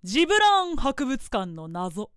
ジブラン博物館の謎。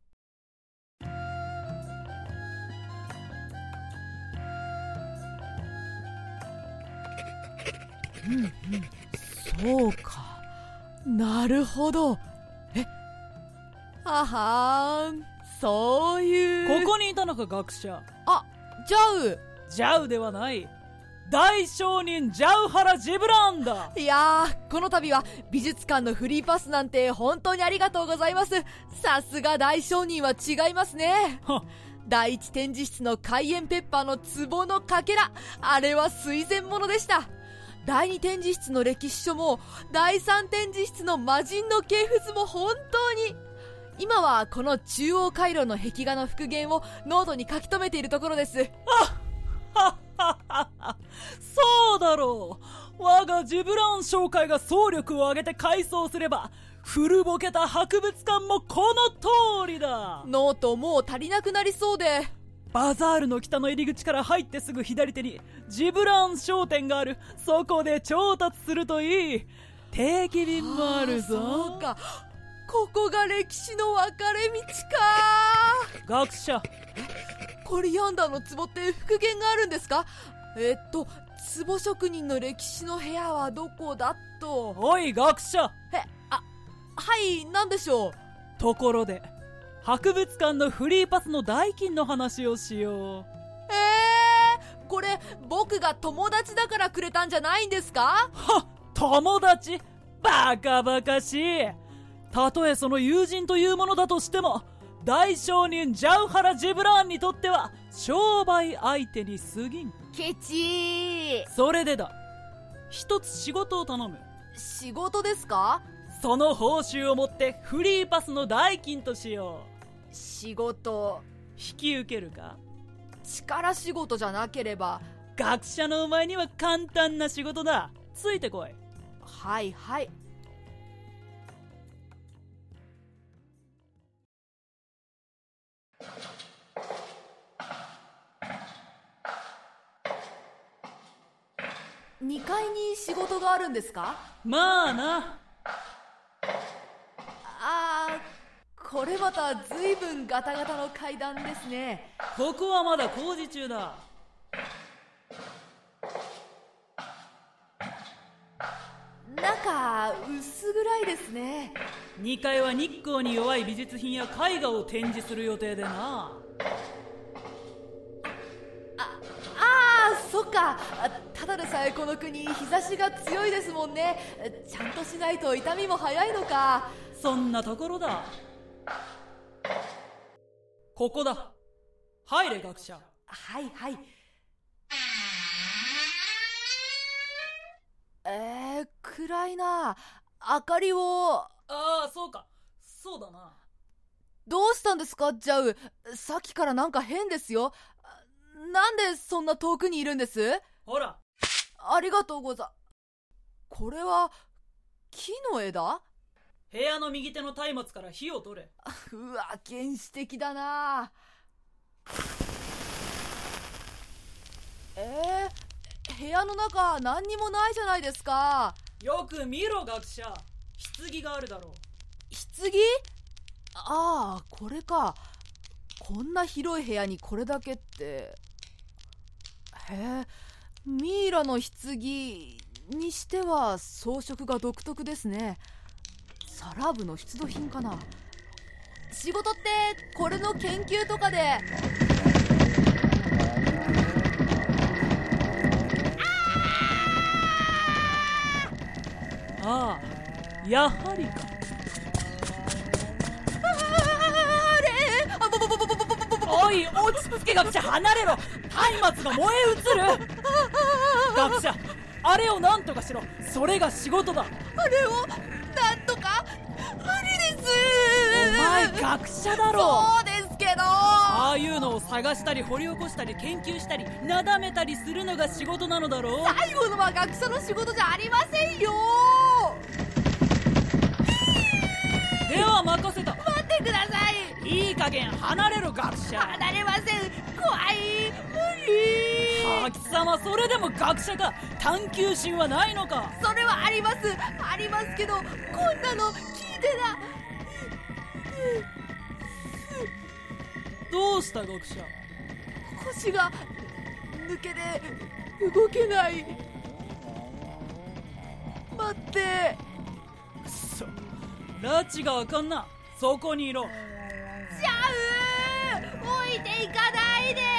そうか、なるほど。あはーん、そういう。 ここにいたのか学者。 あ、ジャウ。 ジャウではない、大商人ジャウハラ・ジブランだ。 いやー、この度は美術館のフリーパスなんて本当にありがとうございます。さすが大商人は違いますね。第一展示室のカイエンペッパーの壺のかけら、あれは垂涎物でした。第二展示室の歴史書も第三展示室の魔人の系譜図も本当に。今はこの中央回廊の壁画の復元をノートに書き留めているところです。 そうだろう。我がジブラン商会が総力を挙げて改装すれば、古ぼけた博物館もこの通りだ。 ノートもう足りなくなりそうで。 バザールの北の入り口から入ってすぐ左手にジブラン商店がある。そこで調達するといい。定期便もあるぞ。 そうか、ここが歴史の分かれ道か。 学者、 コリアンダーの壺って復元があるんですか？壺職人の歴史の部屋はどこだと。 おい学者。 はい、何でしょう。 ところで博物館のフリーパスの代金の話をしよう。 これ僕が友達だからくれたんじゃないんですか？ 友達？バカバカしい。たとえその友人というものだとしても、大商人ジャウハラ・ジブラーンにとっては商売相手に過ぎん。 ケチー。 それでだ、一つ仕事を頼む。 仕事ですか？ その報酬を持ってフリーパスの代金としよう。仕事引き受けるか？ 力仕事じゃなければ。 学者のお前には簡単な仕事だ。ついてこい。 はい。2階に仕事があるんですか？ まあな。 これまた随分ガタガタの階段ですね。 ここはまだ工事中だ。 中薄暗いですね。 2階は日光に弱い美術品や絵画を展示する予定でな。 そっか。ただでさえこの国日差しが強いですもんね。ちゃんとしないと痛みも早いのか。 そんなところだ。ここだ。入れ学者。 はい。暗いな。明かりを。 そうか。そうだな。 どうしたんですかジャウ。さっきからなんか変ですよ。なんでそんな遠くにいるんです？ ほら。 ありがとうござ。これは木の枝？ 部屋の右手の松明から火を取れ。 うわ、原始的だな。部屋の中何にもないじゃないですか。 よく見ろ学者。棺があるだろう。 棺？これか。こんな広い部屋にこれだけって。ミイラの棺にしては装飾が独特ですね。サラブの出土品かな。仕事ってこれの研究とかで。 やはりか。おい、落ち着け学者、離れろ。松明が燃え移る。学者、あれを何とかしろ。それが仕事だ。 あれをなんとか。無理です。 お前学者だろ。 そうですけど。 ああいうのを探したり掘り起こしたり研究したりなだめたりするのが仕事なのだろう。 最後のは学者の仕事じゃありませんよ。 では任せた。 待ってください。 いい加減離れろ学者。 離れません。怖い。無理。 貴様、それでも学者か。探求心はないのか。 それはありますけど、こんなの聞いてな。 どうした学者？ 腰が抜けて動けない。待って。 くそ、拉致があかんな。そこにいろ。 ジャウ、置いていかないで。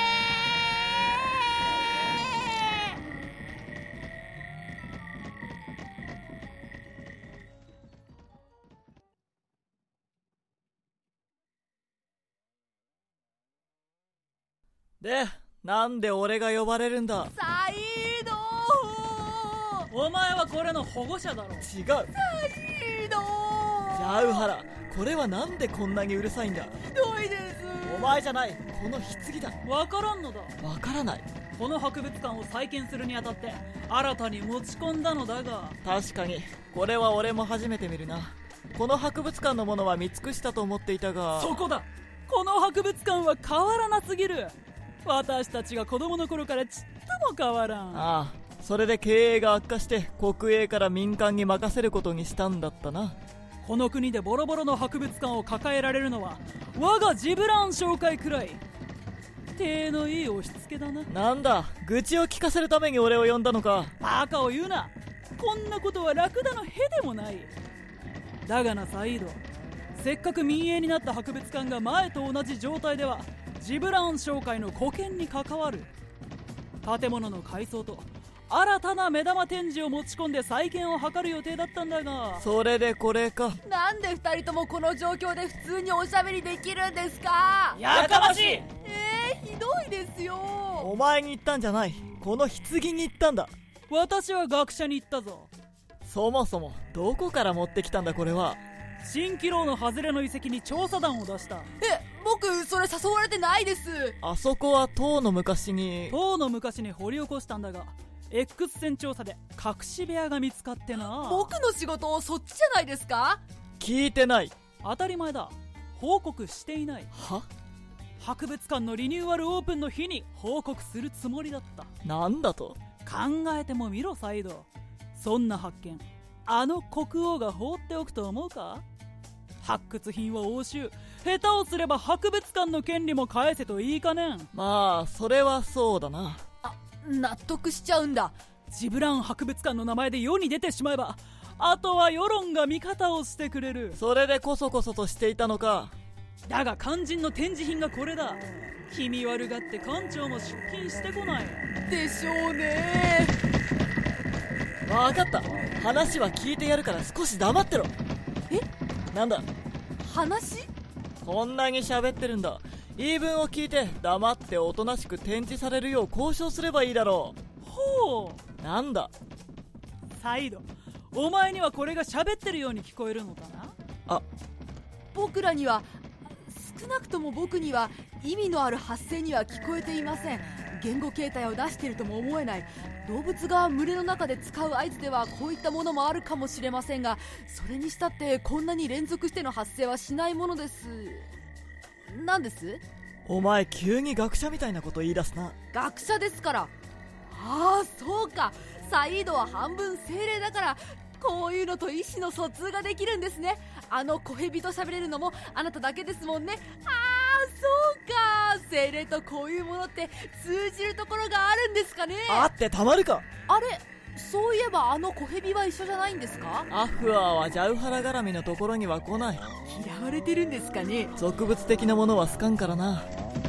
で、なんで俺が呼ばれるんだ？ サイド。 お前はこれの保護者だろ。 違う。 サイド。 ジャウハラ、これはなんでこんなにうるさいんだ？ どいです。 お前じゃない、この棺だ。 わからんのだ。 わからない。 この博物館を再建するにあたって新たに持ち込んだのだが。 確かにこれは俺も初めて見るな。この博物館のものは見尽くしたと思っていたが。 そこだ。この博物館は変わらなすぎる。私たちが子供の頃からちっとも変わらん。 ああ、それで経営が悪化して国営から民間に任せることにしたんだったな。 この国でボロボロの博物館を抱えられるのは我がジブラン商会くらい。手のいい押し付けだな。 なんだ、愚痴を聞かせるために俺を呼んだのか。 バカを言うな。こんなことはラクダのへでもない。だがなサイード、せっかく民営になった博物館が前と同じ状態ではジブラン商会の保険に関わる。建物の改装と新たな目玉展示を持ち込んで再建を図る予定だったんだが。 それでこれか。 なんで2人ともこの状況で普通におしゃべりできるんですか？ やかましい。 ひどいですよ。 お前に言ったんじゃない、この棺に言ったんだ。 私は学者に言ったぞ。 そもそもどこから持ってきたんだこれは。 蜃気楼の外れの遺跡に調査団を出した。 僕それ誘われてないです。 あそこは唐の昔に掘り起こしたんだが X 線調査で隠し部屋が見つかってな。 僕の仕事そっちじゃないですか？ 聞いてない。 当たり前だ。報告していない。 は？ 博物館のリニューアルオープンの日に報告するつもりだった。 なんだと？ 考えてもみろサイド。そんな発見あの国王が放っておくと思うか？発掘品は押収、下手をすれば博物館の権利も返せと言いかねん。 まあそれはそうだな。 納得しちゃうんだ。 ジブラン博物館の名前で世に出てしまえばあとは世論が味方をしてくれる。 それでこそこそとしていたのか。 だが肝心の展示品がこれだ。気味悪がって館長も出勤してこないでしょうね。 わかった、話は聞いてやるから少し黙ってろ。なんだ話？ こんなに喋ってるんだ。言い分を聞いて黙っておとなしく展示されるよう交渉すればいいだろう。 ほう。 なんだサイド、お前にはこれが喋ってるように聞こえるのかな？ 僕らには、少なくとも僕には意味のある発声には聞こえていません。言語形態を出しているとも思えない。動物が群れの中で使う合図ではこういったものもあるかもしれませんが、それにしたってこんなに連続しての発声はしないものです。何です？ お前急に学者みたいなこと言い出すな。 学者ですから。ああそうか、サイードは半分精霊だからこういうのと意思の疎通ができるんですね。あの小蛇と喋れるのもあなただけですもんね。そうか、精霊とこういうものって通じるところがあるんですかね。 あってたまるか。 あれ、そういえばあの小蛇は一緒じゃないんですか？ アフアーはジャウハラ絡みのところには来ない。 嫌われてるんですかね。 俗物的なものは好かんからな。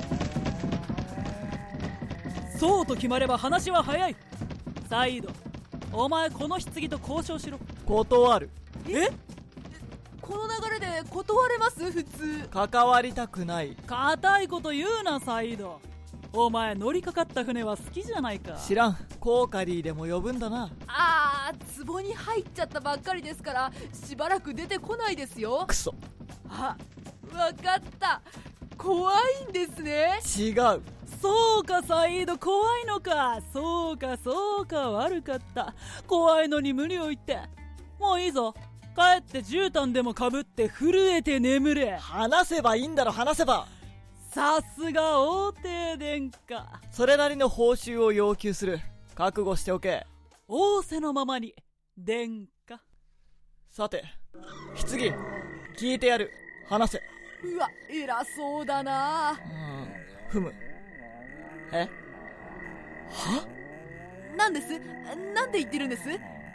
そうと決まれば話は早い。サイード、お前この棺と交渉しろ。 断る。 この流れで断れます？普通関わりたくない。 固いこと言うなサイード。お前乗りかかった船は好きじゃないか。 知らん。コーカリーでも呼ぶんだな。 壺に入っちゃったばっかりですからしばらく出てこないですよ。 クソ。 わかった。怖いんですね。 違う。 そうかサイード、怖いのか。そうか悪かった。怖いのに無理を言って。もういいぞ、帰って絨毯でもかぶって震えて眠れ。 話せばいいんだろ。話せば。 さすが王帝殿下。 それなりの報酬を要求する。覚悟しておけ。 仰せのままに殿下。 さて棺聞いてやる。話せ。 うわ、偉そうだな。 ふむ。え？は？ なんです？なんで言ってるんです？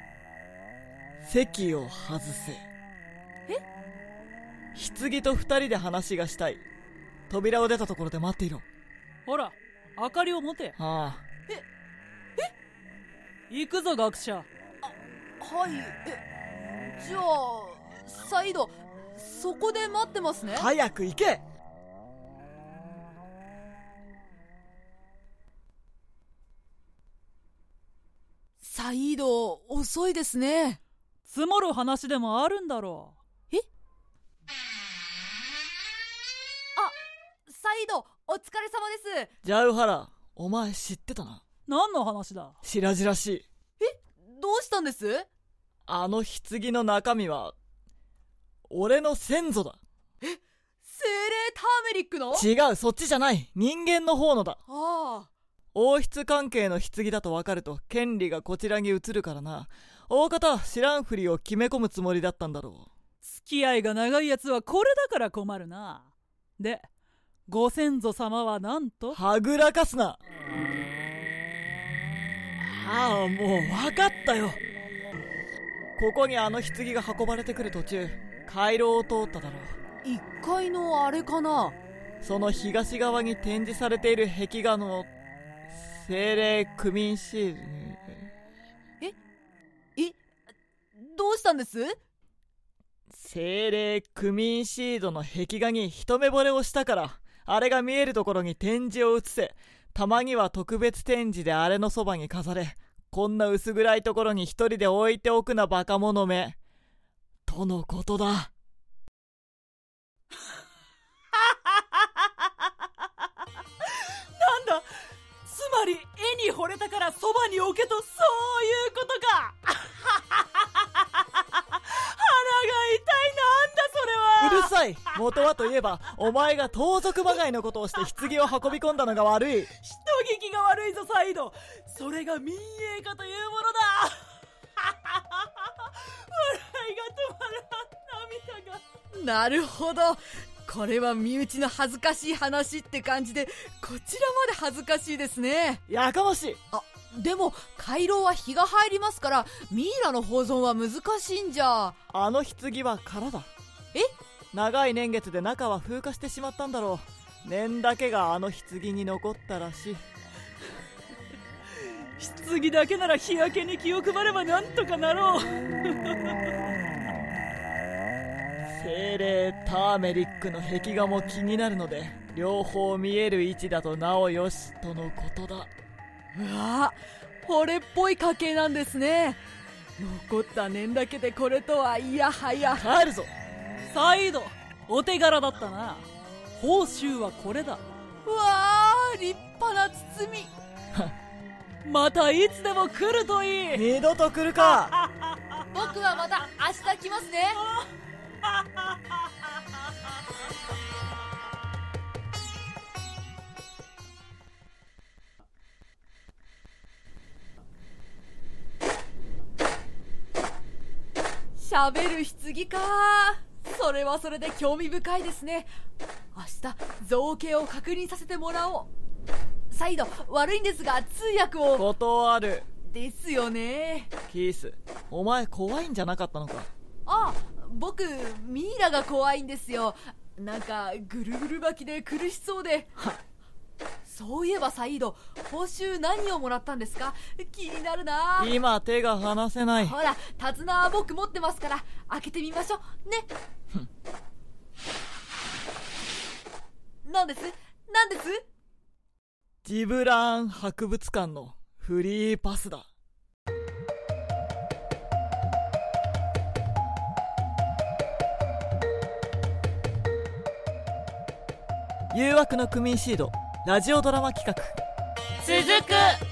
席を外せ。棺と二人で話がしたい。扉を出たところで待っていろ。 ほら、明かりを持て。 ああ。 行くぞ学者。 はい。じゃあサイド、そこで待ってますね。 早く行け。 サイド、遅いですね。 積もる話でもあるんだろう。 サイド、お疲れ様です。 ジャウハラ、お前知ってたな。 何の話だ？ 白々しい。 どうしたんです？ あの棺の中身は俺の先祖だ。 精霊ターメリックの？ 違う、そっちじゃない。人間の方のだ。 ああ。 王室関係の棺だと分かると権利がこちらに移るからな。大方知らんふりを決め込むつもりだったんだろう。 付き合いが長いやつはこれだから困るな。で、ご先祖様はなんと？ はぐらかすな。ああ、もう分かったよ。ここにあの棺が運ばれてくる途中、回廊を通っただろう。 1階のあれかな？ その東側に展示されている壁画の精霊クミンシール。 どうしたんです？ 精霊クミンシードの壁画に一目惚れをしたから、あれが見えるところに展示を移せ。たまには特別展示であれのそばに飾れ。こんな薄暗いところに一人で置いておくなバカ者め。とのことだ。 なんだ、つまり絵に惚れたからそばに置けと、そういうことか。痛い。なんだそれは。 うるさい。元はといえばお前が盗賊まがいのことをして棺を運び込んだのが悪い。 人聞きが悪いぞサイド。それが民営化というものだ。笑いが止まらん。涙が。 なるほど。これは身内の恥ずかしい話って感じで、こちらまで恥ずかしいですね。 やかましい。 でも回廊は日が入りますから、ミイラの保存は難しいんじゃ。 あの棺は空だ。長い年月で中は風化してしまったんだろう。念だけがあの棺に残ったらしい。 棺だけなら日焼けに気を配ればなんとかなろう。 精霊ターメリックの壁画も気になるので、両方見える位置だとなおよしとのことだ。 うわ、惚れっぽい家系なんですね。残った念だけでこれとは、いやはや。 帰るぞ。 サイド、お手柄だったな。報酬はこれだ。 うわー、立派な包み。 またいつでも来るといい。 二度と来るか。 僕はまた明日来ますね。喋る棺か。それはそれで興味深いですね。明日造形を確認させてもらおう。サイド、悪いんですが通訳を。 断る。 ですよね。 キース、お前怖いんじゃなかったのか。 僕ミイラが怖いんですよ。なんかぐるぐる巻きで苦しそうで。そういえばサイド、報酬何をもらったんですか？気になるな。 今手が離せない。 ほら、手綱は僕持ってますから開けてみましょうね。なんです？ ジブラーン博物館のフリーパスだ。誘惑のクミンシードラジオドラマ企画。 続く。